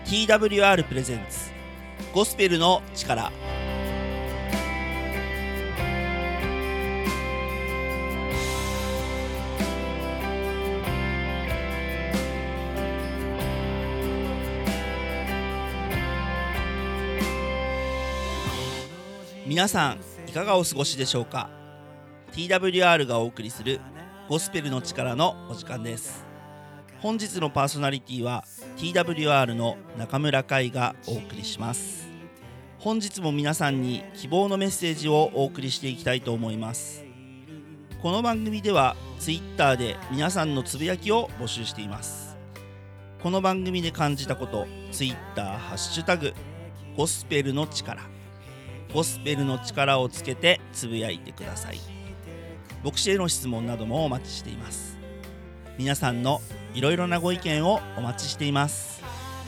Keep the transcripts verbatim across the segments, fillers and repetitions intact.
ティーダブリューアール プレゼンツゴスペルの力。皆さんいかがお過ごしでしょうか。 ティーダブリューアール がお送りするゴスペルの力のお時間です。本日のパーソナリティは ティーダブリューアール の中村海がお送りします。本日も皆さんに希望のメッセージをお送りしていきたいと思います。この番組では Twitter で皆さんのつぶやきを募集しています。この番組で感じたこと、Twitter ハッシュタグゴスペルの力、ゴスペルの力をつけてつぶやいてください。牧師への質問などもお待ちしています。皆さんのいろいろなご意見をお待ちしています。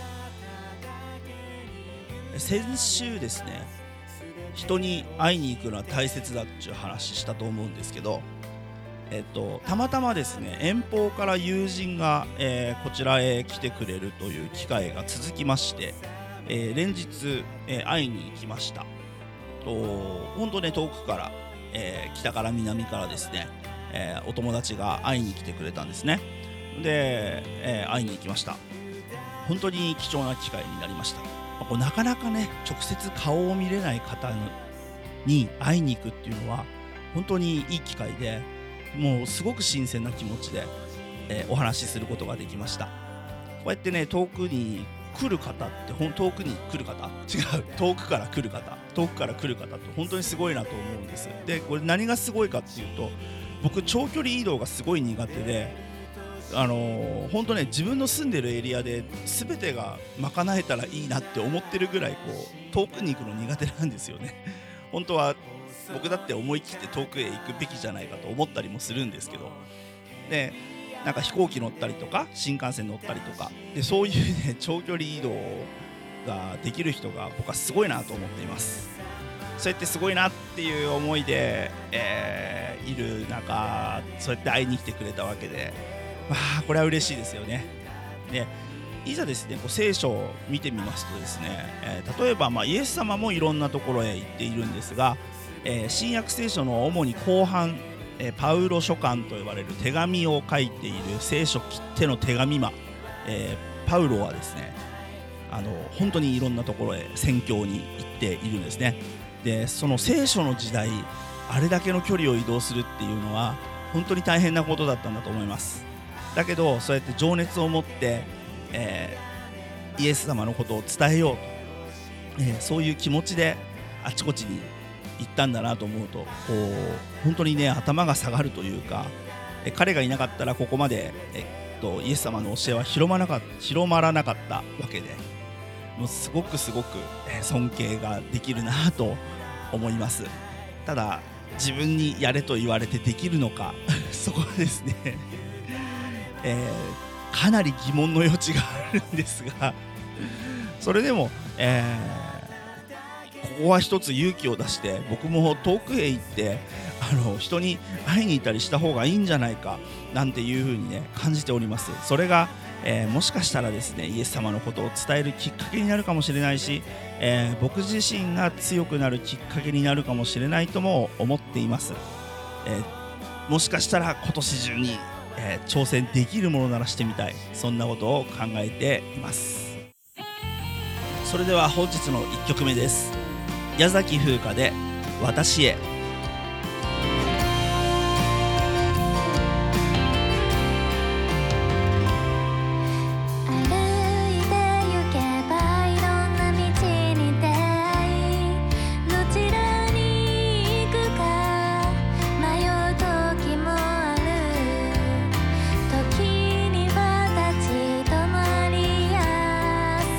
先週ですね、人に会いに行くのは大切だっていう話したと思うんですけど、えっと、たまたまですね、遠方から友人が、えー、こちらへ来てくれるという機会が続きまして、えー、連日、えー、会いに行きました。と本当ね、遠くから、えー、北から南からですね、えー、お友達が会いに来てくれたんですね。で、えー、会いに行きました。本当に貴重な機会になりました。こうなかなかね、直接顔を見れない方に会いに行くっていうのは本当にいい機会で、もうすごく新鮮な気持ちで、えー、お話しすることができました。こうやってね、遠くに来る方ってほん遠くに来る方違う遠くから来る方遠くから来る方って本当にすごいなと思うんです。で、これ何がすごいかっていうと、僕長距離移動がすごい苦手で、あのー、本当ね、自分の住んでるエリアで全てが賄えたらいいなって思ってるぐらい、こう遠くに行くの苦手なんですよね。本当は僕だって思い切って遠くへ行くべきじゃないかと思ったりもするんですけど、でなんか飛行機乗ったりとか新幹線乗ったりとかで、そういうね、長距離移動ができる人が僕はすごいなと思っています。そうやってすごいなっていう思いで、えー、いる中、そうやって会いに来てくれたわけで、まあこれは嬉しいですよね。で、いざですね、こう聖書を見てみますとですね、えー、例えば、まあ、イエス様もいろんなところへ行っているんですが、えー、新約聖書の主に後半、えー、パウロ書簡と呼ばれる手紙を書いている聖書切手の手紙魔、えー、パウロはですね、あの本当にいろんなところへ宣教に行っているんですね。で、その聖書の時代、あれだけの距離を移動するっていうのは本当に大変なことだったんだと思います。だけどそうやって情熱を持って、えー、イエス様のことを伝えようと、えー、そういう気持ちであちこちに行ったんだなと思うと、こう本当にね、頭が下がるというか、え彼がいなかったらここまで、えっと、イエス様の教えは広まらなかった、広まらなかったわけで、もうすごくすごく尊敬ができるなと思います。ただ自分にやれと言われてできるのかそこはですね、えー、かなり疑問の余地があるんですが、それでも、えー、ここは一つ勇気を出して僕も遠くへ行ってあの人に会いに行ったりした方がいいんじゃないかなんていう風にね、感じております。それがえー、もしかしたらですね、イエス様のことを伝えるきっかけになるかもしれないし、えー、僕自身が強くなるきっかけになるかもしれないとも思っています。えー、もしかしたら今年中に、えー、挑戦できるものならしてみたい、そんなことを考えています。それでは本日のいっきょくめです。矢崎風花で私へ。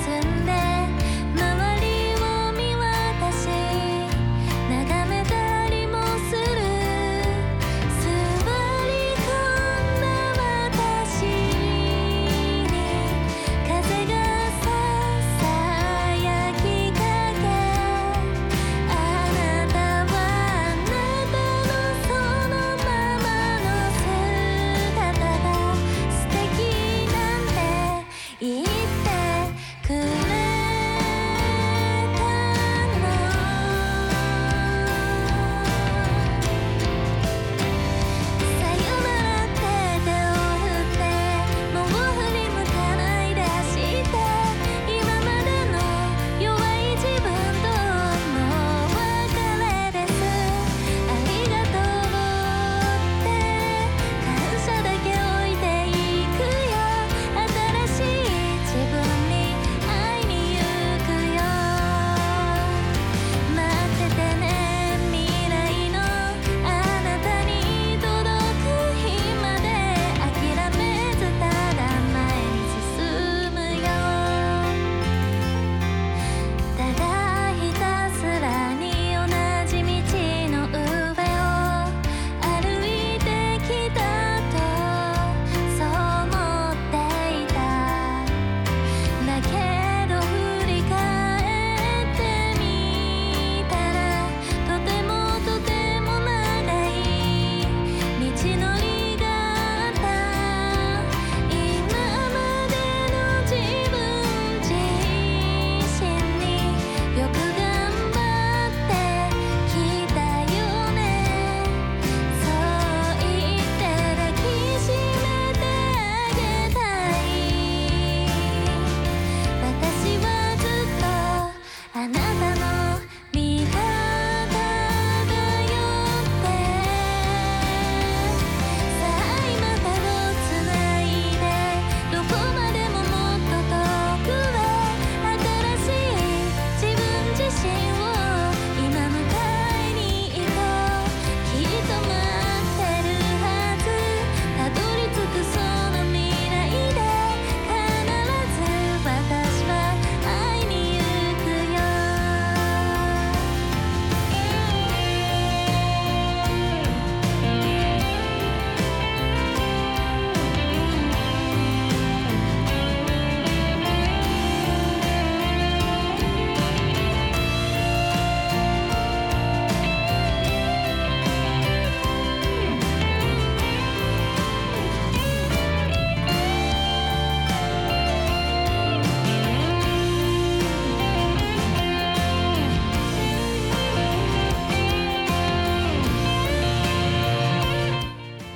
眺めたり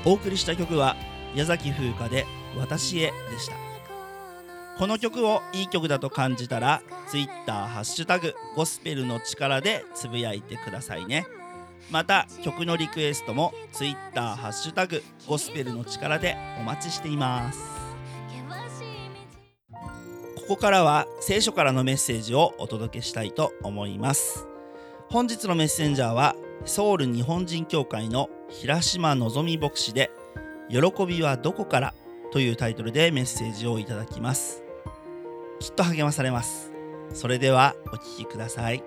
お送りした曲は矢崎風花で私へでした。この曲をいい曲だと感じたら Twitter ハッシュタグゴスペルの力でつぶやいてくださいね。また曲のリクエストも Twitter ハッシュタグゴスペルの力でお待ちしています。ここからは聖書からのメッセージをお届けしたいと思います。本日のメッセンジャーはソウル日本人教会の平島のぞみ牧師で、喜びはどこからというタイトルでメッセージをいただきます。きっと励まされます。それではお聞きください。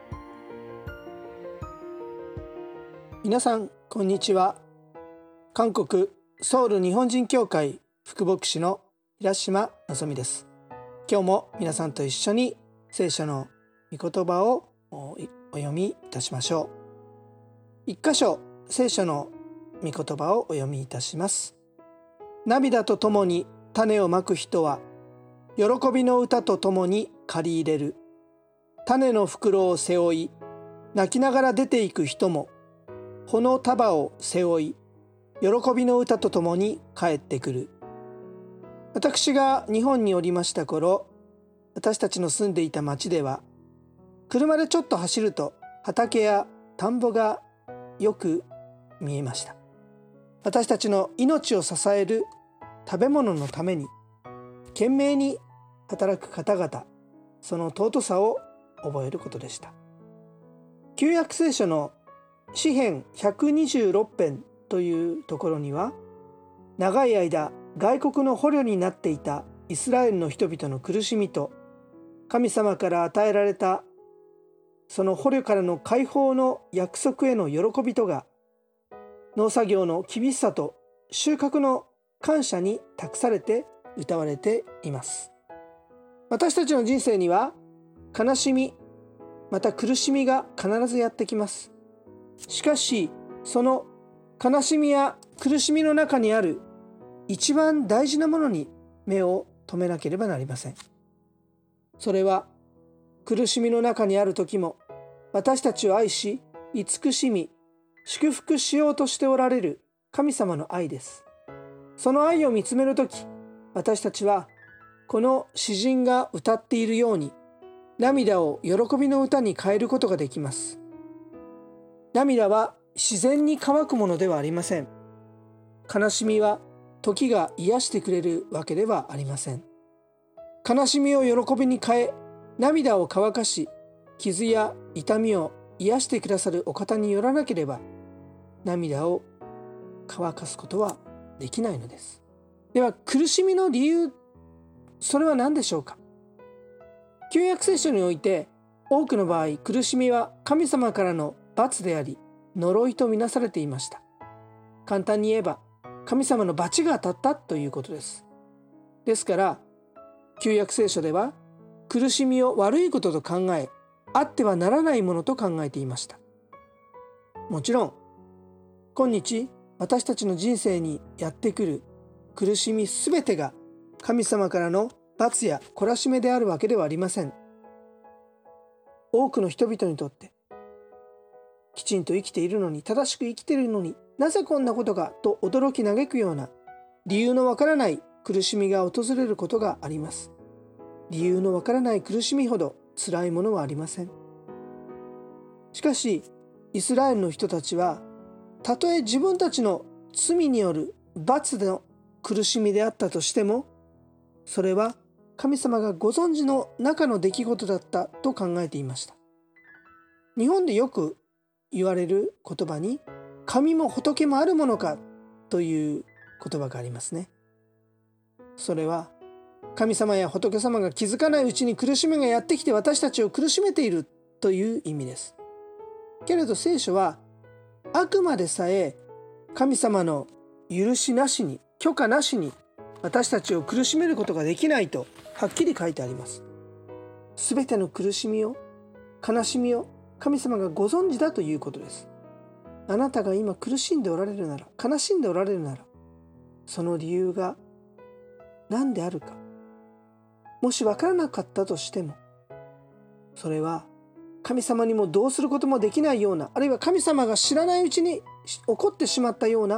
皆さんこんにちは。韓国ソウル日本人教会副牧師の平島のぞみです。今日も皆さんと一緒に聖書の御言葉をお読みいたしましょう。一箇所聖書の御言葉をお読みいたします。涙とともに種をまく人は喜びの歌とともに刈り入れる。種の袋を背負い泣きながら出ていく人も穂の束を背負い喜びの歌とともに帰ってくる。私が日本におりました頃、私たちの住んでいた町では車でちょっと走ると畑や田んぼがよく見えました。私たちの命を支える食べ物のために懸命に働く方々、その尊さを覚えることでした。旧約聖書の詩編ひゃくにじゅうろく編というところには、長い間外国の捕虜になっていたイスラエルの人々の苦しみと、神様から与えられたその捕虜からの解放の約束への喜びとが、農作業の厳しさと収穫の感謝に託されて歌われています。私たちの人生には悲しみ、また苦しみが必ずやってきます。しかしその悲しみや苦しみの中にある一番大事なものに目を留めなければなりません。それは苦しみの中にある時も私たちを愛し慈しみ祝福しようとしておられる神様の愛です。その愛を見つめるとき、私たちはこの詩人が歌っているように涙を喜びの歌に変えることができます。涙は自然に乾くものではありません。悲しみは時が癒してくれるわけではありません。悲しみを喜びに変え、涙を乾かし、傷や痛みを癒してくださるお方によらなければ、涙を乾かすことはできないのです。では苦しみの理由、それは何でしょうか。旧約聖書において多くの場合、苦しみは神様からの罰であり呪いとみなされていました。簡単に言えば神様の罰が当たったということです。ですから旧約聖書では苦しみを悪いことと考え、あってはならないものと考えていました。もちろん今日私たちの人生にやってくる苦しみすべてが神様からの罰や懲らしめであるわけではありません。多くの人々にとってきちんと生きているのに、正しく生きているのに、なぜこんなことがと驚き嘆くような理由のわからない苦しみが訪れることがあります。理由のわからない苦しみほど辛いものはありません。しかしイスラエルの人たちは、たとえ自分たちの罪による罰の苦しみであったとしても、それは神様がご存知の中の出来事だったと考えていました。日本でよく言われる言葉に、神も仏もあるものかという言葉がありますね。それは神様や仏様が気づかないうちに苦しみがやってきて私たちを苦しめているという意味です。けれど聖書はあくまでさえ神様の許しなしに、許可なしに私たちを苦しめることができないとはっきり書いてあります。すべての苦しみを、悲しみを神様がご存知だということです。あなたが今苦しんでおられるなら、悲しんでおられるなら、その理由が何であるか、もし分からなかったとしても、それは神様にもどうすることもできないような、あるいは神様が知らないうちに起こってしまったような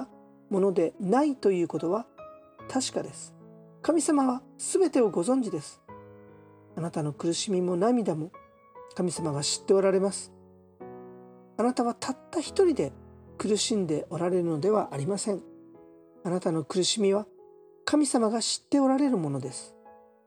ものでないということは確かです。神様はすべてをご存知です。あなたの苦しみも涙も神様が知っておられます。あなたはたった一人で苦しんでおられるのではありません。あなたの苦しみは神様が知っておられるものです。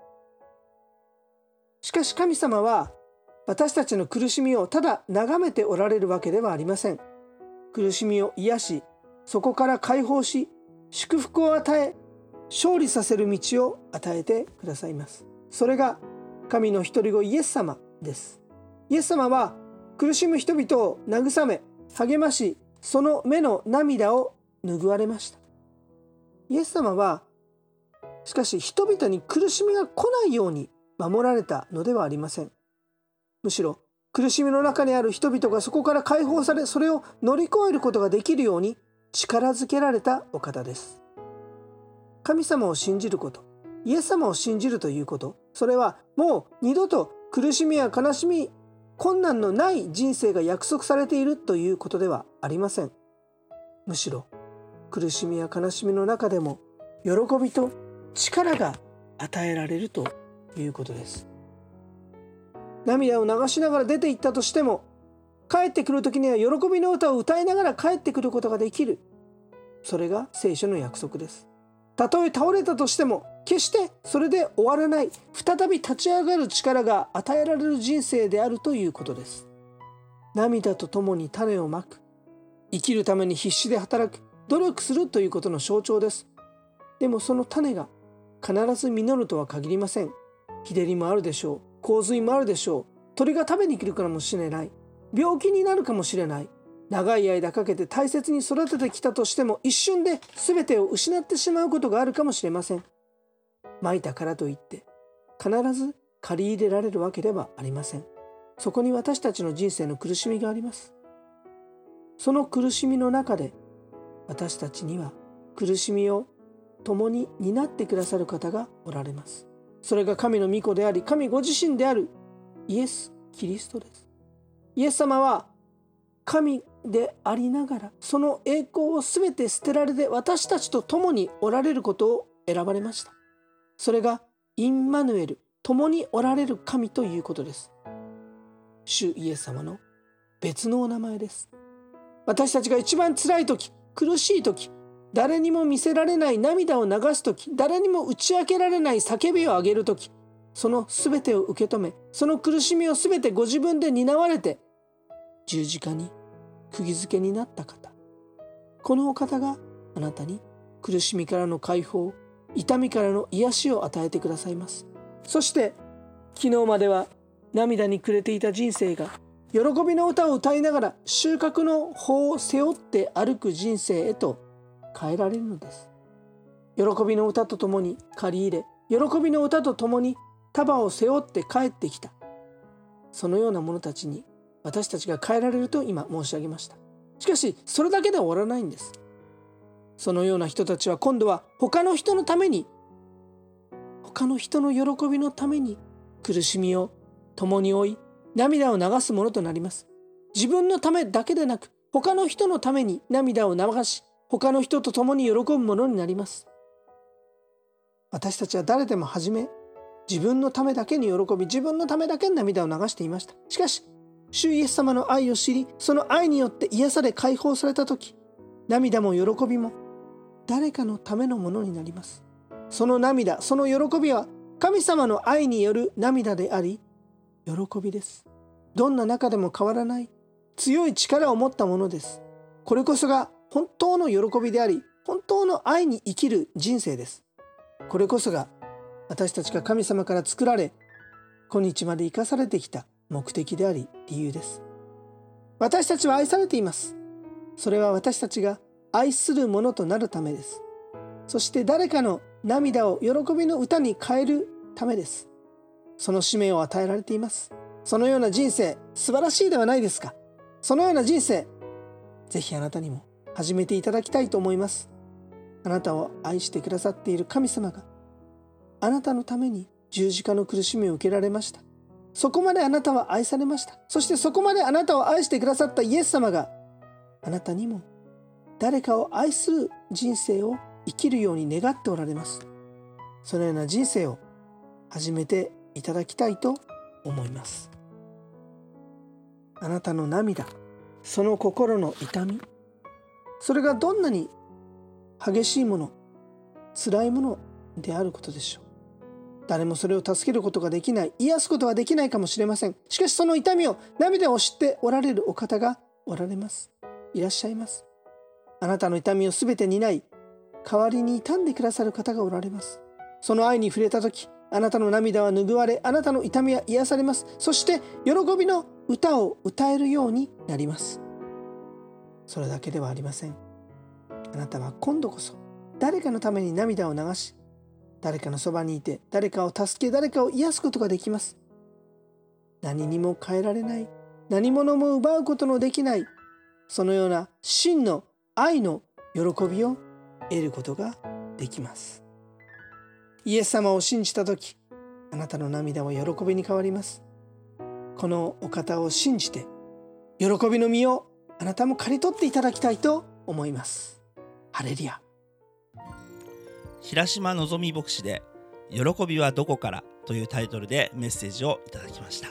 しかし神様は私たちの苦しみをただ眺めておられるわけではありません。苦しみを癒し、そこから解放し、祝福を与え、勝利させる道を与えてくださいます。それが神の一人子イエス様です。イエス様は苦しむ人々を慰め、励まし、その目の涙を拭われました。イエス様はしかし人々に苦しみが来ないように守られたのではありません。むしろ苦しみの中にある人々がそこから解放され、それを乗り越えることができるように力づけられたお方です。神様を信じること、イエス様を信じるということ、それはもう二度と苦しみや悲しみ、困難のない人生が約束されているということではありません。むしろ苦しみや悲しみの中でも喜びと力が与えられるということです。涙を流しながら出て行ったとしても、帰ってくる時には喜びの歌を歌いながら帰ってくることができる。それが聖書の約束です。たとえ倒れたとしても決してそれで終わらない、再び立ち上がる力が与えられる人生であるということです。涙とともに種をまく、生きるために必死で働く、努力するということの象徴です。でもその種が必ず実るとは限りません。日照りもあるでしょう、洪水もあるでしょう、鳥が食べに来るかもしれない、病気になるかもしれない。長い間かけて大切に育ててきたとしても、一瞬で全てを失ってしまうことがあるかもしれません。まいたからといって必ず借り入れられるわけではありません。そこに私たちの人生の苦しみがあります。その苦しみの中で私たちには苦しみを共に担ってくださる方がおられます。それが神の御子であり、神ご自身であるイエス・キリストです。イエス様は神でありながら、その栄光をすべて捨てられて私たちと共におられることを選ばれました。それがインマヌエル、共におられる神ということです。主イエス様の別のお名前です。私たちが一番辛い時、苦しい時、誰にも見せられない涙を流す時、誰にも打ち明けられない叫びを上げる時、そのすべてを受け止め、その苦しみをすべてご自分で担われて十字架に釘付けになった方、このお方があなたに苦しみからの解放、痛みからの癒しを与えてくださいます。そして昨日までは涙に暮れていた人生が、喜びの歌を歌いながら収穫の穂を背負って歩く人生へと変えられるのです。喜びの歌とともに借り入れ、喜びの歌とともに束を背負って帰ってきた、そのような者たちに私たちが変えられると今申し上げました。しかしそれだけでは終わらないんです。そのような人たちは今度は他の人のために、他の人の喜びのために苦しみを共に負い、涙を流すものとなります。自分のためだけでなく、他の人のために涙を流し、他の人と共に喜ぶものになります。私たちは誰でも初め、自分のためだけに喜び、自分のためだけに涙を流していました。しかし主イエス様の愛を知り、その愛によって癒され解放された時、涙も喜びも誰かのためのものになります。その涙、その喜びは神様の愛による涙であり、喜びです。どんな中でも変わらない強い力を持ったものです。これこそが本当の喜びであり、本当の愛に生きる人生です。これこそが私たちが神様から作られ、今日まで生かされてきた目的であり理由です。私たちは愛されています。それは私たちが愛するものとなるためです。そして誰かの涙を喜びの歌に変えるためです。その使命を与えられています。そのような人生、素晴らしいではないですか。そのような人生、ぜひあなたにも始めていただきたいと思います。あなたを愛してくださっている神様があなたのために十字架の苦しみを受けられました。そこまであなたは愛されました。そしてそこまであなたを愛してくださったイエス様があなたにも誰かを愛する人生を生きるように願っておられます。そのような人生を始めていただきたいと思います。あなたの涙、その心の痛み、それがどんなに激しいもの、辛いものであることでしょう。誰もそれを助けることができない、癒すことはできないかもしれません。しかしその痛みを涙を知っておられるお方がおられます。いらっしゃいます。あなたの痛みをすべて担い、代わりに痛んでくださる方がおられます。その愛に触れたとき、あなたの涙は拭われ、あなたの痛みは癒されます。そして喜びの歌を歌えるようになります。それだけではありません。あなたは今度こそ誰かのために涙を流し、誰かのそばにいて誰かを助け、誰かを癒すことができます。何にも変えられない、何者も奪うことのできない、そのような真の愛の喜びを得ることができます。イエス様を信じたとき、あなたの涙は喜びに変わります。このお方を信じて、喜びの実をあなたも刈り取っていただきたいと思います。ハレルヤ。 平島のぞみ牧師で喜びはどこからというタイトルでメッセージをいただきました。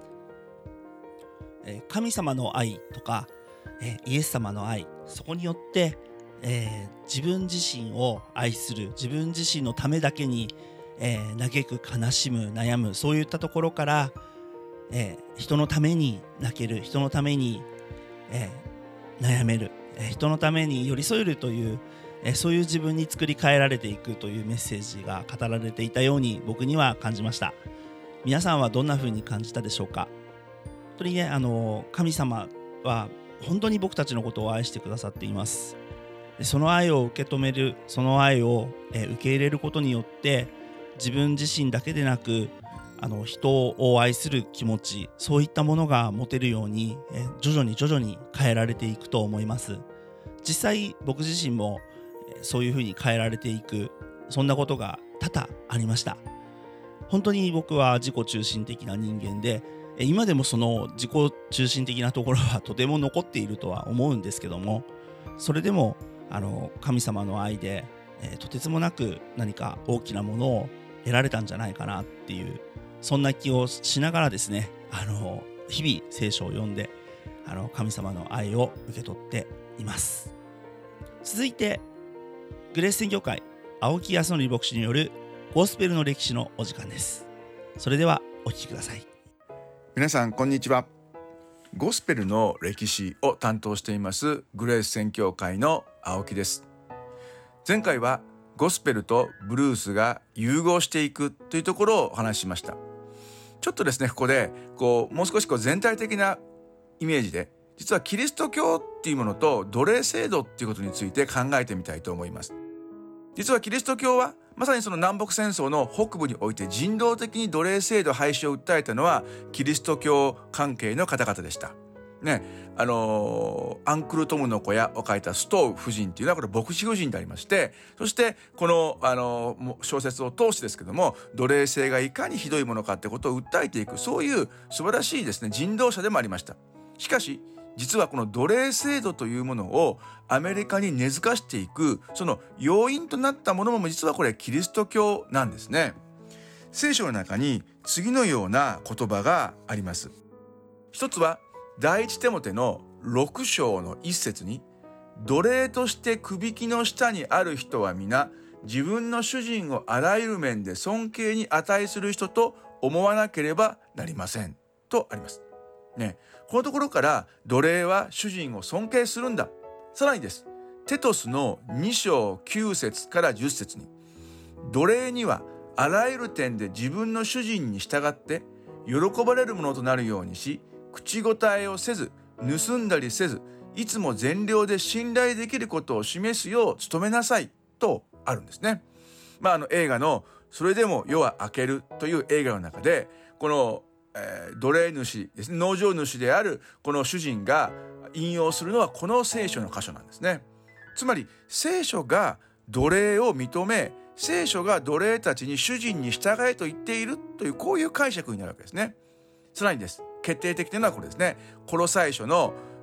神様の愛とかイエス様の愛、そこによって、えー、自分自身を愛する、自分自身のためだけに、えー、嘆く、悲しむ、悩む、そういったところから、えー、人のために泣ける、人のために、えー、悩める、えー、人のために寄り添えるという、えー、そういう自分に作り変えられていくというメッセージが語られていたように僕には感じました。皆さんはどんな風に感じたでしょうか。本当にね、あの神様は本当に僕たちのことを愛してくださっています。その愛を受け止める、その愛を、えー、受け入れることによって自分自身だけでなく、あの人を愛する気持ち、そういったものが持てるように、えー、徐々に徐々に変えられていくと思います。実際僕自身も、えー、そういうふうに変えられていく、そんなことが多々ありました。本当に僕は自己中心的な人間で、今でもその自己中心的なところはとても残っているとは思うんですけども、それでもあの神様の愛で、えー、とてつもなく何か大きなものを得られたんじゃないかなっていう、そんな気をしながらですね、あの日々聖書を読んで、あの神様の愛を受け取っています。続いてグレース宣教会青木康則牧師によるゴスペルの歴史のお時間です。それではお聞きください。 皆さんこんにちは。ゴスペルの歴史を担当していますグレース宣教会の青木です。前回はゴスペルとブルースが融合していくというところをお話ししました。ちょっとですね、ここでこうもう少しこう全体的なイメージで、実はキリスト教っていうものと奴隷制度っていうことについて考えてみたいと思います。実はキリスト教はまさにその南北戦争の北部において人道的に奴隷制度廃止を訴えたのはキリスト教関係の方々でした。ね、あのー、アンクルトムの小屋を書いたストウ夫人っていうのはこれ牧師夫人でありまして、そしてこの、あのー、小説を通してですけども、奴隷制がいかにひどいものかってことを訴えていく、そういう素晴らしいですね人道者でもありました。しかし実はこの奴隷制度というものをアメリカに根付かしていくその要因となったものも実はこれキリスト教なんですね。聖書の中に次のような言葉があります。一つは第一テモテのろく章の一節に、奴隷としてくびきの下にある人は皆自分の主人をあらゆる面で尊敬に値する人と思わなければなりませんとありますね。このところから奴隷は主人を尊敬するんだ。さらにです、テトスのに章きゅう節からじゅっ節に、奴隷にはあらゆる点で自分の主人に従って喜ばれるものとなるようにし、口答えをせず盗んだりせず、いつも善良で信頼できることを示すよう努めなさいとあるんですね。まあ、あの映画のそれでも夜は明けるという映画の中で、このえー、奴隷主ですね、農場主であるこの主人が引用するのはこの聖書の箇所なんですね。つまり聖書が奴隷を認め、聖書が奴隷たちに主人に従えと言っているという、こういう解釈になるわけですね。さらにです、決定的なのはこれですね。コロサイ書の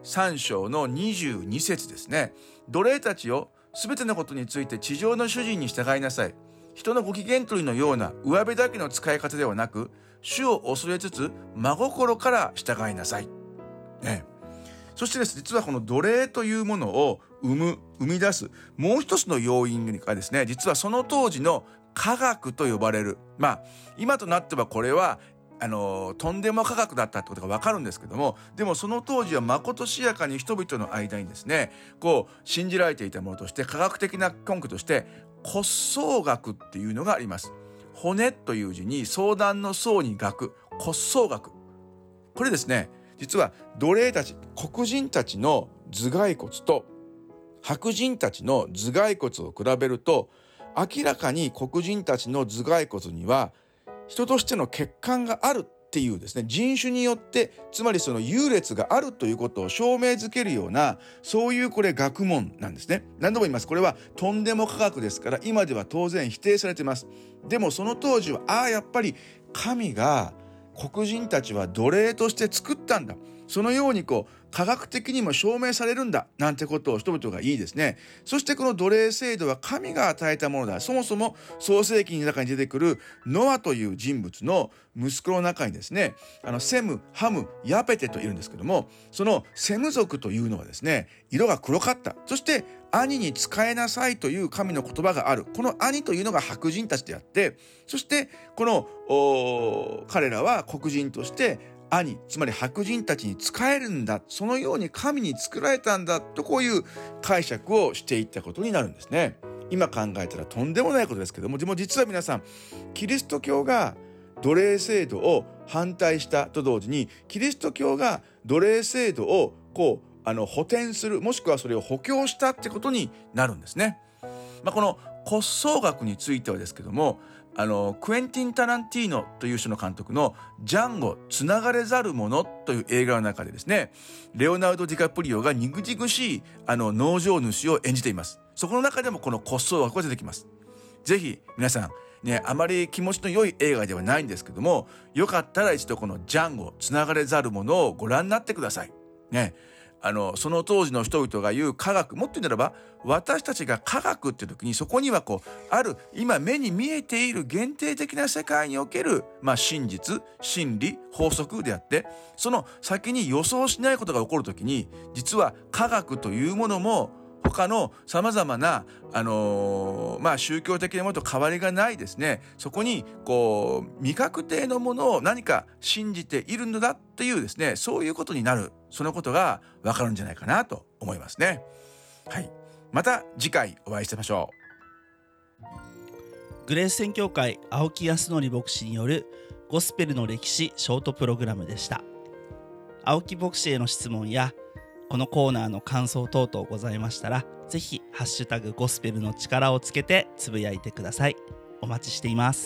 さん章のにじゅうに節ですね。奴隷たちよ、すべてのことについて地上の主人に従いなさい。人のご機嫌取りのような上辺だけの使い方ではなく、主を恐れつつ真心から従いなさい、ね、そしてですね、実はこの奴隷というものを生む生み出すもう一つの要因がですね、実はその当時の科学と呼ばれる、まあ今となってはこれはあのとんでも科学だったってことが分かるんですけども、でもその当時はまことしやかに人々の間にですね、こう信じられていたものとして、科学的な根拠として骨相学っていうのがあります。骨という字に相談の相に学、骨相学。これですね、実は奴隷たち、黒人たちの頭蓋骨と白人たちの頭蓋骨を比べると、明らかに黒人たちの頭蓋骨には人としての血管があるっていうですね、人種によって、つまりその優劣があるということを証明づけるような、そういうこれ学問なんですね。何度も言います。これはとんでも科学ですから、今では当然否定されています。でもその当時は、ああやっぱり神が黒人たちは奴隷として作ったんだ、そのようにこう科学的にも証明されるんだなんてことを人々が言いですね、そしてこの奴隷制度は神が与えたものだ。そもそも創世記の中に出てくるノアという人物の息子の中にですね、あのセム、ハム、ヤペテといるんですけども、そのセム族というのはですね、色が黒かった。そして兄に仕えなさいという神の言葉がある。この兄というのが白人たちであって、そしてこの彼らは黒人として兄、つまり白人たちに仕えるんだ、そのように神に作られたんだと、こういう解釈をしていったことになるんですね。今考えたらとんでもないことですけども、でも実は皆さん、キリスト教が奴隷制度を反対したと同時に、キリスト教が奴隷制度をこうあの補填する、もしくはそれを補強したってことになるんですね。まあ、この骨相学についてはですけども、あのクエンティン・タランティーノという人の監督のジャンゴつながれざる者という映画の中でですね、レオナルド・ディカプリオが憎々しいあの農場主を演じています。そこの中でもこの骨相学が出てきます。ぜひ皆さんね、あまり気持ちの良い映画ではないんですけども、よかったら一度このジャンゴつながれざる者をご覧になってくださいね。あのその当時の人々が言う科学、もっと言うならば私たちが科学っていう時に、そこにはこうある今目に見えている限定的な世界における、まあ、真実、真理、法則であって、その先に予想しないことが起こる時に、実は科学というものも他のさまざまな、あのーまあ、宗教的なものと変わりがないですね、そこにこう未確定のものを何か信じているのだっていうですね、そういうことになる、そのことが分かるんじゃないかなと思いますね。はい、また次回お会いしましょう。グレース宣教会青木康則牧師によるゴスペルの歴史ショートプログラムでした。青木牧師への質問やこのコーナーの感想等々ございましたら、ぜひハッシュタグゴスペルの力をつけてつぶやいてください。お待ちしています。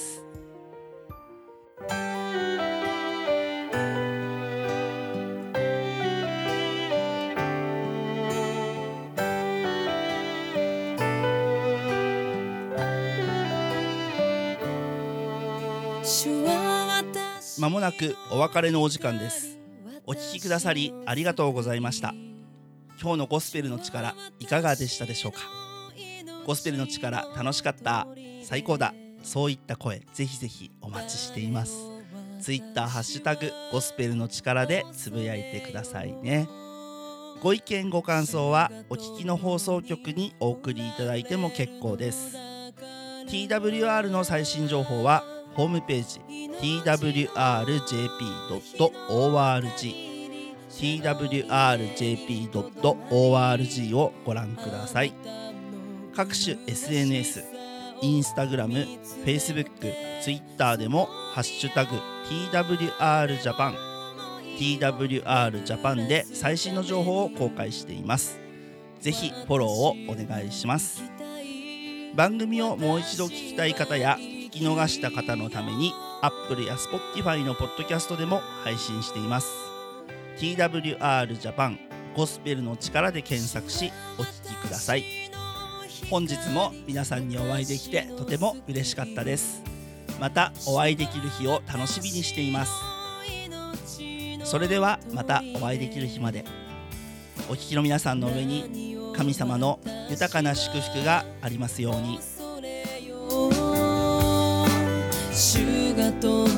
まもなくお別れのお時間です。お聞きくださりありがとうございました。今日のゴスペルの力いかがでしたでしょうか。ゴスペルの力楽しかった、最高だ、そういった声ぜひぜひお待ちしています。ツイッターハッシュタグゴスペルの力でつぶやいてくださいね。ご意見ご感想はお聞きの放送局にお送りいただいても結構です。 ティーダブリューアール の最新情報はホームページ ティーダブリューアールジェーピードットオーアールジー ティーダブリューアールジェーピードットオーアールジー をご覧ください。各種 エスエヌエス、インスタグラム、Facebook、Twitter でもハッシュタグ ティーダブリューアールジャパン ティーダブリューアールジャパン で最新の情報を公開しています。ぜひフォローをお願いします。番組をもう一度聞きたい方や聞き逃した方のために Apple や Spotify のポッドキャストでも配信しています。 ティーダブリューアール ジャパンゴスペルの力で検索しお聞きください。本日も皆さんにお会いできてとても嬉しかったです。またお会いできる日を楽しみにしています。それではまたお会いできる日まで。 お聞きの皆さんの上に神様の豊かな祝福がありますように。 主が共